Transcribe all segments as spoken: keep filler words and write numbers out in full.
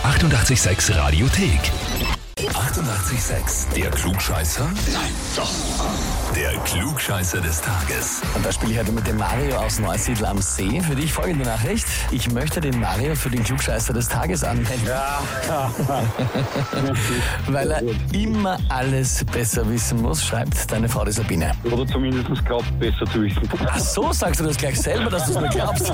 achtundachtzig Komma sechs Radiothek. achtundachtzig Komma sechs. Der Klugscheißer? Nein, doch. Der Klugscheißer des Tages. Und da spiele ich heute mit dem Mario aus Neusiedl am See. Für dich folgende Nachricht. Ich möchte den Mario für den Klugscheißer des Tages anmelden. Ja, ja. Weil er immer alles besser wissen muss, schreibt deine Frau, die Sabine. Oder zumindest glaubt, besser zu wissen. Ach so, sagst du das gleich selber, dass du es mir glaubst?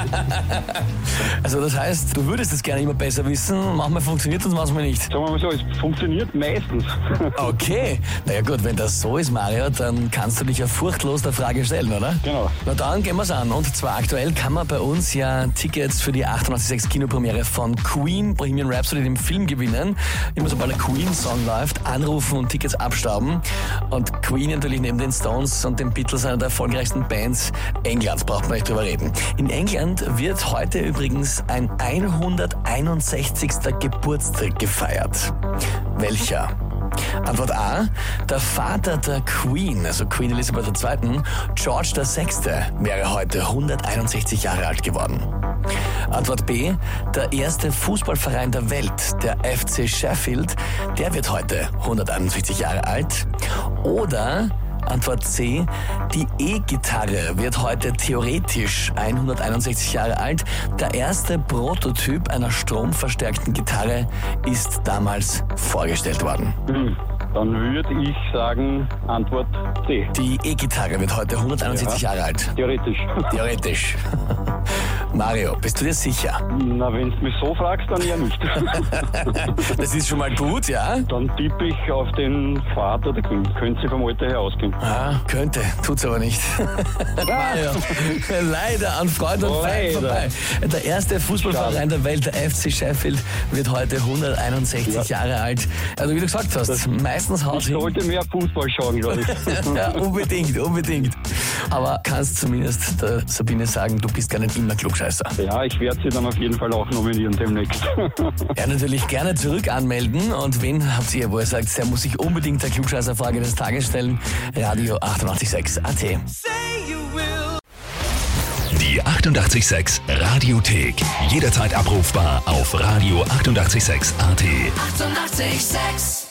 Also das heißt, du würdest es gerne immer besser wissen. Manchmal funktioniert das, manchmal nicht. Sagen wir mal so, es funktioniert meistens. Okay. Naja gut, wenn das so ist, Mario, dann kannst du dich ja furchtlos der Frage stellen, oder? Genau. Na dann gehen wir's an. Und zwar aktuell kann man bei uns ja Tickets für die achtundachtzig Komma sechs Kinopremiere von Queen, Bohemian Rhapsody, dem Film gewinnen. Immer sobald ein Queen-Song läuft, anrufen und Tickets abstauben. Und Queen natürlich neben den Stones und den Beatles einer der erfolgreichsten Bands Englands, braucht man nicht drüber reden. In England wird heute übrigens ein hunderteinundsechzigster Geburtstag gefeiert. Welcher? Antwort A. Der Vater der Queen, also Queen Elizabeth der Zweite., George der Sechste., wäre heute hunderteinundsechzig Jahre alt geworden. Antwort B. Der erste Fußballverein der Welt, der F C Sheffield, der wird heute hunderteinundsechzig Jahre alt. Oder Antwort C. Die E-Gitarre wird heute theoretisch hunderteinundsechzig Jahre alt. Der erste Prototyp einer stromverstärkten Gitarre ist damals vorgestellt worden. Hm. Dann würde ich sagen, Antwort C. Die E-Gitarre wird heute hunderteinundsechzig Ja. Jahre alt. Theoretisch. Theoretisch. Mario, bist du dir sicher? Na, wenn du mich so fragst, dann ja nicht. Das ist schon mal gut, ja? Dann tippe ich auf den Vater der Queen. Könnte sie vom Alter her ausgehen. Ah, könnte, tut's aber nicht. Mario, leider an Freund und Feind Leider. vorbei. Der erste Fußballverein der Welt, der F C Sheffield, wird heute hunderteinundsechzig Ja. Jahre alt. Also wie du gesagt hast, Das- meistens haut Ich hin. sollte mehr Fußball schauen, glaube ich. Ja, unbedingt, unbedingt. Aber kannst zumindest der Sabine sagen, du bist gar nicht immer Klugscheißer. Ja, ich werde sie dann auf jeden Fall auch nominieren demnächst. Ja, natürlich gerne zurück anmelden. Und wen habt ihr, wo ihr sagt, der muss sich unbedingt der Klugscheißer-Frage des Tages stellen? Radio achtundachtzig Komma sechs A T. Die achtundachtzig Komma sechs Radiothek. Jederzeit abrufbar auf Radio achtundachtzig Komma sechs A T. achtundachtzig Komma sechs